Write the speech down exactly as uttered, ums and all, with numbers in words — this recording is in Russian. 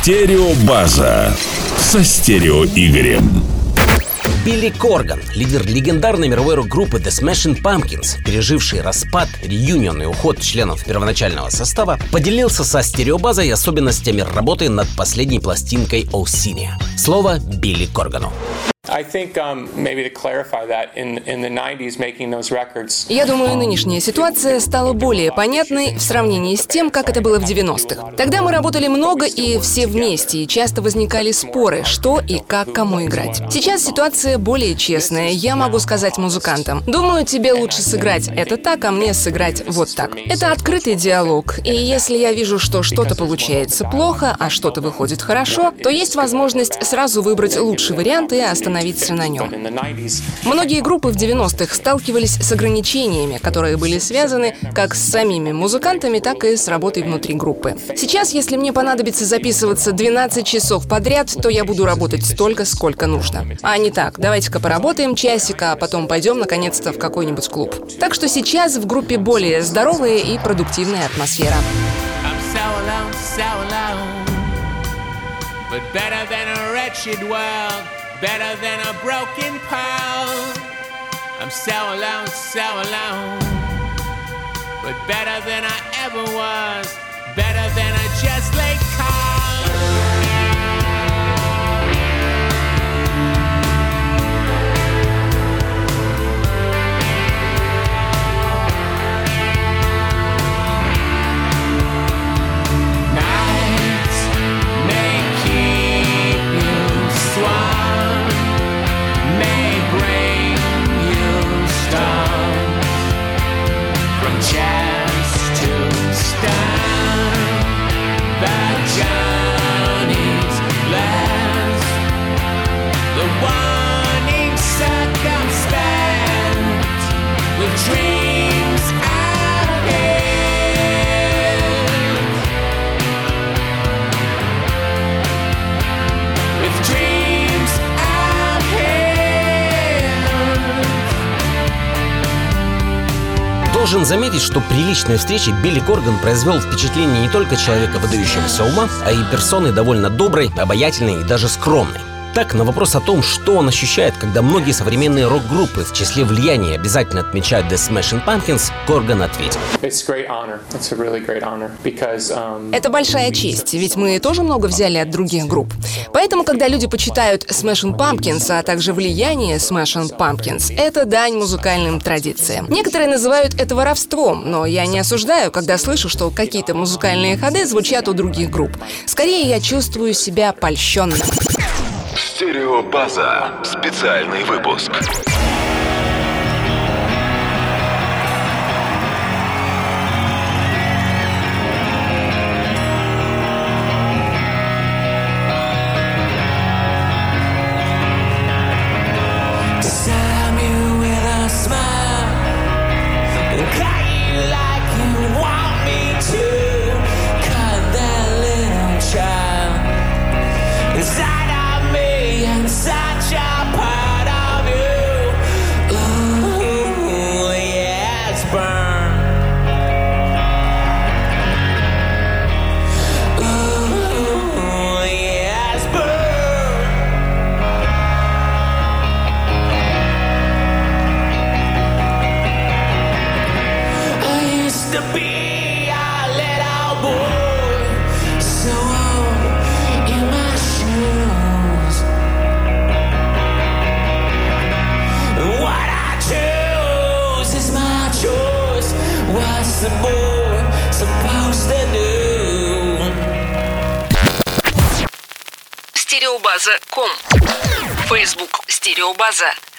Стереобаза со Стерео Игорем. Билли Корган, лидер легендарной мировой рок-группы The Smashing Pumpkins, переживший распад, реюнион и уход членов первоначального состава, поделился со Стереобазой особенностями работы над последней пластинкой Oceania. Слово Билли Коргану. I think, um, maybe to clarify that, in in the nineties, making those records. Я думаю, нынешняя ситуация стала более понятной в сравнении с тем, как это было в девяностых. Тогда мы работали много и все вместе, и часто возникали споры, что и как кому играть. Сейчас ситуация более честная. Я могу сказать музыкантам: думаю, тебе лучше сыграть это так, а мне сыграть вот так. Это открытый диалог, и если я вижу, что что-то получается плохо, а что-то выходит хорошо, то есть возможность сразу выбрать лучший вариант и остановиться на нем. Многие группы в девяностых сталкивались с ограничениями, которые были связаны как с самими музыкантами, так и с работой внутри группы. Сейчас, если мне понадобится записываться двенадцать часов подряд, то я буду работать столько, сколько нужно. А не так: давайте-ка поработаем часик, а потом пойдем наконец-то в какой-нибудь клуб. Так что сейчас в группе более здоровая и продуктивная атмосфера. Better than a broken pound. I'm so alone, so alone. But better than I ever was. Better than a just late call. Должен заметить, что при личной встрече Билли Корган произвел впечатление не только человека выдающегося ума, а и персоны довольно доброй, обаятельной и даже скромной. Так, на вопрос о том, что он ощущает, когда многие современные рок-группы в числе влияния обязательно отмечают The Smashing Pumpkins, Корган ответил: это большая честь, ведь мы тоже много взяли от других групп. Поэтому, когда люди почитают Smashing Pumpkins, а также влияние Smashing Pumpkins, это дань музыкальным традициям. Некоторые называют это воровством, но я не осуждаю, когда слышу, что какие-то музыкальные ходы звучат у других групп. Скорее, я чувствую себя польщенным. Стереобаза. Специальный выпуск. Such a part of you. Ooh, yes, burn. Ooh, yes, burn. I used to be a little boy, so old in my shoes. What's the boy supposed to do? Стереобаза точка ком. Facebook Стереобаза.